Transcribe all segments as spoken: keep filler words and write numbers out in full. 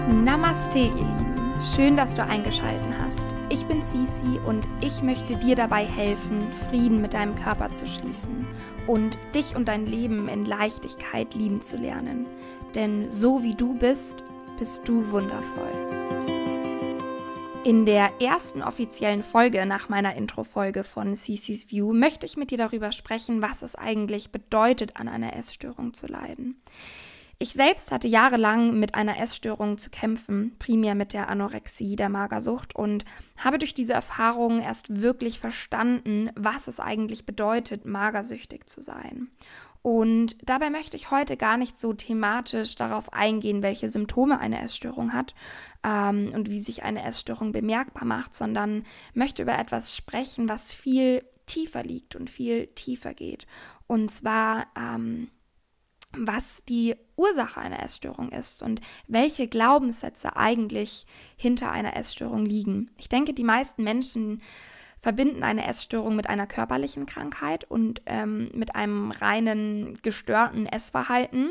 Namaste, ihr Lieben. Schön, dass du eingeschaltet hast. Ich bin Cici und ich möchte dir dabei helfen, Frieden mit deinem Körper zu schließen und dich und dein Leben in Leichtigkeit lieben zu lernen. Denn so wie du bist, bist du wundervoll. In der ersten offiziellen Folge nach meiner Intro-Folge von Cicis View möchte ich mit dir darüber sprechen, was es eigentlich bedeutet, an einer Essstörung zu leiden. Ich selbst hatte jahrelang mit einer Essstörung zu kämpfen, primär mit der Anorexie, der Magersucht, und habe durch diese Erfahrungen erst wirklich verstanden, was es eigentlich bedeutet, magersüchtig zu sein. Und dabei möchte ich heute gar nicht so thematisch darauf eingehen, welche Symptome eine Essstörung hat ähm, und wie sich eine Essstörung bemerkbar macht, sondern möchte über etwas sprechen, was viel tiefer liegt und viel tiefer geht. Und zwar ähm, was die Ursache einer Essstörung ist und welche Glaubenssätze eigentlich hinter einer Essstörung liegen. Ich denke, die meisten Menschen verbinden eine Essstörung mit einer körperlichen Krankheit und ähm, mit einem reinen gestörten Essverhalten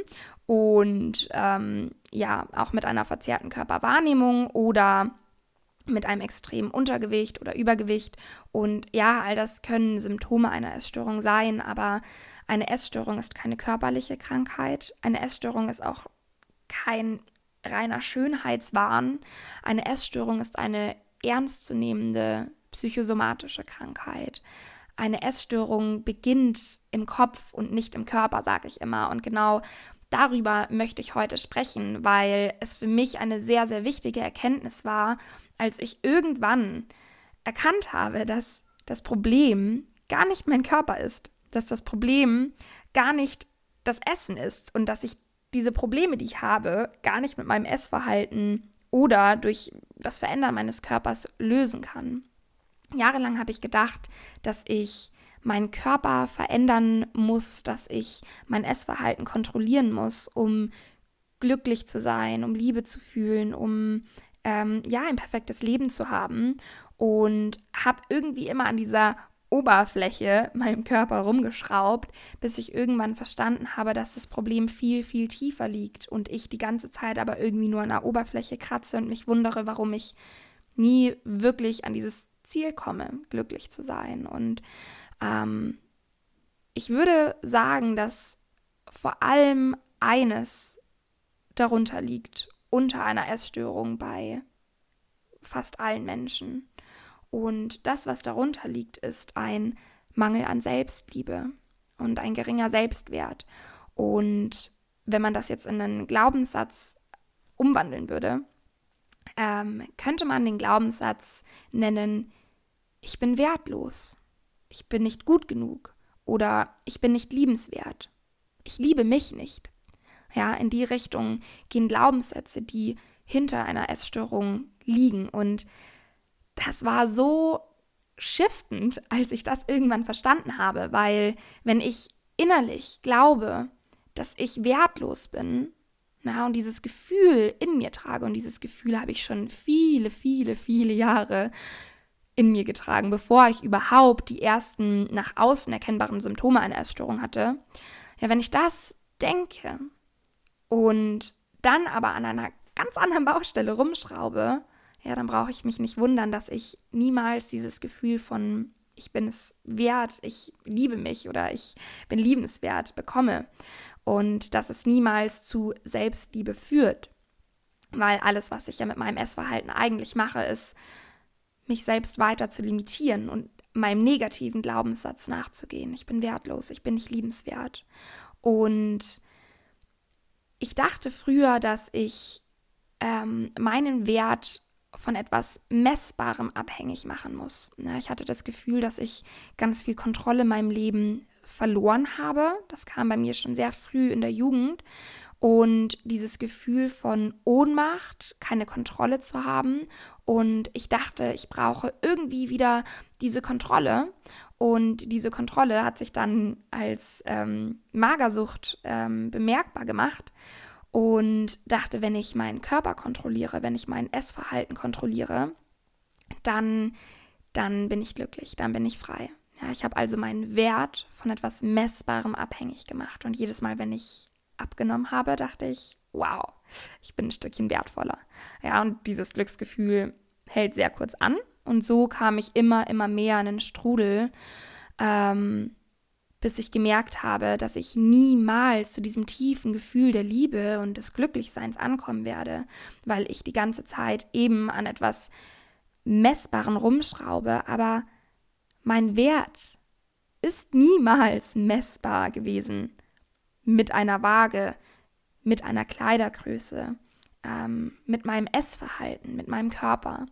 und ähm, ja auch mit einer verzerrten Körperwahrnehmung oder mit einem extremen Untergewicht oder Übergewicht. Und ja, all das können Symptome einer Essstörung sein, aber eine Essstörung ist keine körperliche Krankheit. Eine Essstörung ist auch kein reiner Schönheitswahn. Eine Essstörung ist eine ernstzunehmende psychosomatische Krankheit. Eine Essstörung beginnt im Kopf und nicht im Körper, sage ich immer. Und genau darüber möchte ich heute sprechen, weil es für mich eine sehr, sehr wichtige Erkenntnis war, als ich irgendwann erkannt habe, dass das Problem gar nicht mein Körper ist, dass das Problem gar nicht das Essen ist und dass ich diese Probleme, die ich habe, gar nicht mit meinem Essverhalten oder durch das Verändern meines Körpers lösen kann. Jahrelang habe ich gedacht, dass ich meinen Körper verändern muss, dass ich mein Essverhalten kontrollieren muss, um glücklich zu sein, um Liebe zu fühlen, um ähm, ja, ein perfektes Leben zu haben, und habe irgendwie immer an dieser Oberfläche meinem Körper rumgeschraubt, bis ich irgendwann verstanden habe, dass das Problem viel, viel tiefer liegt und ich die ganze Zeit aber irgendwie nur an der Oberfläche kratze und mich wundere, warum ich nie wirklich an dieses Ziel komme, glücklich zu sein. Und ähm, ich würde sagen, dass vor allem eines darunter liegt, unter einer Essstörung bei fast allen Menschen. Und das, was darunter liegt, ist ein Mangel an Selbstliebe und ein geringer Selbstwert. Und wenn man das jetzt in einen Glaubenssatz umwandeln würde, ähm, könnte man den Glaubenssatz nennen: Ich bin wertlos, ich bin nicht gut genug oder ich bin nicht liebenswert, ich liebe mich nicht. Ja, in die Richtung gehen Glaubenssätze, die hinter einer Essstörung liegen. Und das war so shiftend, als ich das irgendwann verstanden habe, weil wenn ich innerlich glaube, dass ich wertlos bin, na, und dieses Gefühl in mir trage, und dieses Gefühl habe ich schon viele, viele, viele Jahre in mir getragen, bevor ich überhaupt die ersten nach außen erkennbaren Symptome einer Essstörung hatte. Ja, wenn ich das denke und dann aber an einer ganz anderen Baustelle rumschraube, ja, dann brauche ich mich nicht wundern, dass ich niemals dieses Gefühl von ich bin es wert, ich liebe mich oder ich bin liebenswert bekomme und dass es niemals zu Selbstliebe führt, weil alles, was ich ja mit meinem Essverhalten eigentlich mache, ist, mich selbst weiter zu limitieren und meinem negativen Glaubenssatz nachzugehen. Ich bin wertlos, ich bin nicht liebenswert. Und ich dachte früher, dass ich ähm, meinen Wert von etwas Messbarem abhängig machen muss. Ja, ich hatte das Gefühl, dass ich ganz viel Kontrolle in meinem Leben verloren habe. Das kam bei mir schon sehr früh in der Jugend. Und dieses Gefühl von Ohnmacht, keine Kontrolle zu haben. Und ich dachte, ich brauche irgendwie wieder diese Kontrolle. Und diese Kontrolle hat sich dann als ähm, Magersucht ähm, bemerkbar gemacht. Und dachte, wenn ich meinen Körper kontrolliere, wenn ich mein Essverhalten kontrolliere, dann, dann bin ich glücklich, dann bin ich frei. Ja, ich habe also meinen Wert von etwas Messbarem abhängig gemacht. Und jedes Mal, wenn ich abgenommen habe, dachte ich, wow, ich bin ein Stückchen wertvoller. Ja, und dieses Glücksgefühl hält sehr kurz an. Und so kam ich immer, immer mehr in einen Strudel, ähm, bis ich gemerkt habe, dass ich niemals zu diesem tiefen Gefühl der Liebe und des Glücklichseins ankommen werde, weil ich die ganze Zeit eben an etwas Messbaren rumschraube, aber mein Wert ist niemals messbar gewesen mit einer Waage, mit einer Kleidergröße, ähm, mit meinem Essverhalten, mit meinem Körper.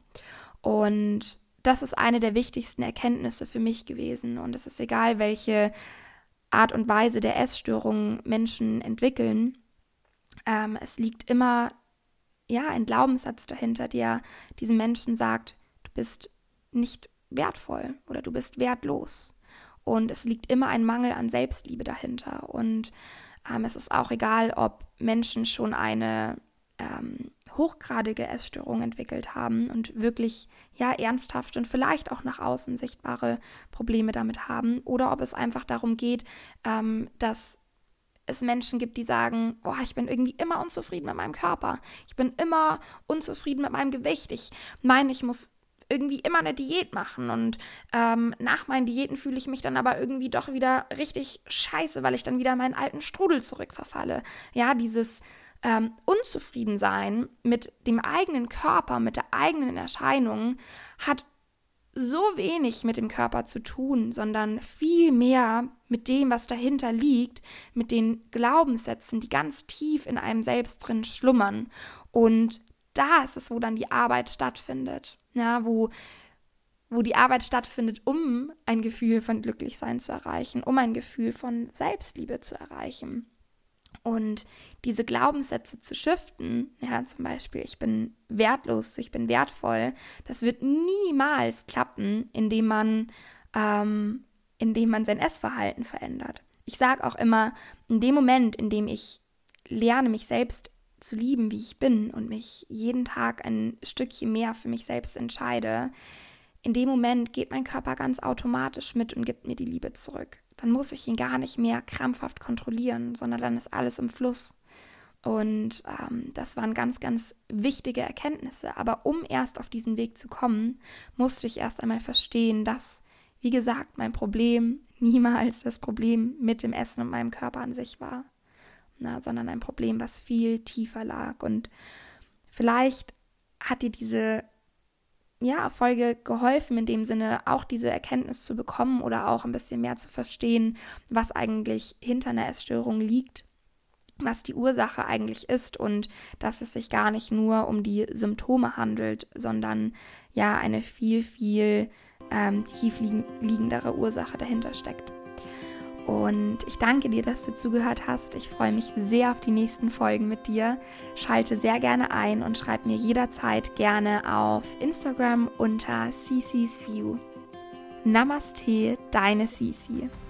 Und das ist eine der wichtigsten Erkenntnisse für mich gewesen. Und es ist egal, welche Art und Weise der Essstörungen Menschen entwickeln. Ähm, es liegt immer ja, ein Glaubenssatz dahinter, der diesen Menschen sagt, du bist nicht wertvoll oder du bist wertlos. Und es liegt immer ein Mangel an Selbstliebe dahinter. Und ähm, es ist auch egal, ob Menschen schon eine ähm, hochgradige Essstörung entwickelt haben und wirklich ja ernsthaft und vielleicht auch nach außen sichtbare Probleme damit haben, oder ob es einfach darum geht, ähm, dass es Menschen gibt, die sagen, oh, ich bin irgendwie immer unzufrieden mit meinem Körper. Ich bin immer unzufrieden mit meinem Gewicht. Ich meine, ich muss irgendwie immer eine Diät machen und ähm, nach meinen Diäten fühle ich mich dann aber irgendwie doch wieder richtig scheiße, weil ich dann wieder in meinen alten Strudel zurückverfalle. Ja, dieses ähm, Unzufriedensein mit dem eigenen Körper, mit der eigenen Erscheinung hat so wenig mit dem Körper zu tun, sondern viel mehr mit dem, was dahinter liegt, mit den Glaubenssätzen, die ganz tief in einem selbst drin schlummern. Und da ist es, wo dann die Arbeit stattfindet, ja, wo, wo die Arbeit stattfindet, um ein Gefühl von Glücklichsein zu erreichen, um ein Gefühl von Selbstliebe zu erreichen. Und diese Glaubenssätze zu shiften, ja, zum Beispiel, ich bin wertlos, ich bin wertvoll, das wird niemals klappen, indem man, ähm, indem man sein Essverhalten verändert. Ich sage auch immer, in dem Moment, in dem ich lerne, mich selbst zu lieben, wie ich bin und mich jeden Tag ein Stückchen mehr für mich selbst entscheide, in dem Moment geht mein Körper ganz automatisch mit und gibt mir die Liebe zurück. Dann muss ich ihn gar nicht mehr krampfhaft kontrollieren, sondern dann ist alles im Fluss. Und ähm, das waren ganz, ganz wichtige Erkenntnisse. Aber um erst auf diesen Weg zu kommen, musste ich erst einmal verstehen, dass, wie gesagt, mein Problem niemals das Problem mit dem Essen und meinem Körper an sich war, na, sondern ein Problem, was viel tiefer lag. Und vielleicht hat dir diese ja, Folge geholfen, in dem Sinne auch diese Erkenntnis zu bekommen oder auch ein bisschen mehr zu verstehen, was eigentlich hinter einer Essstörung liegt, was die Ursache eigentlich ist und dass es sich gar nicht nur um die Symptome handelt, sondern ja eine viel, viel ähm, tief liegendere Ursache dahinter steckt. Und ich danke dir, dass du zugehört hast. Ich freue mich sehr auf die nächsten Folgen mit dir. Schalte sehr gerne ein und schreib mir jederzeit gerne auf Instagram unter Cicis View. Namaste, deine Cici.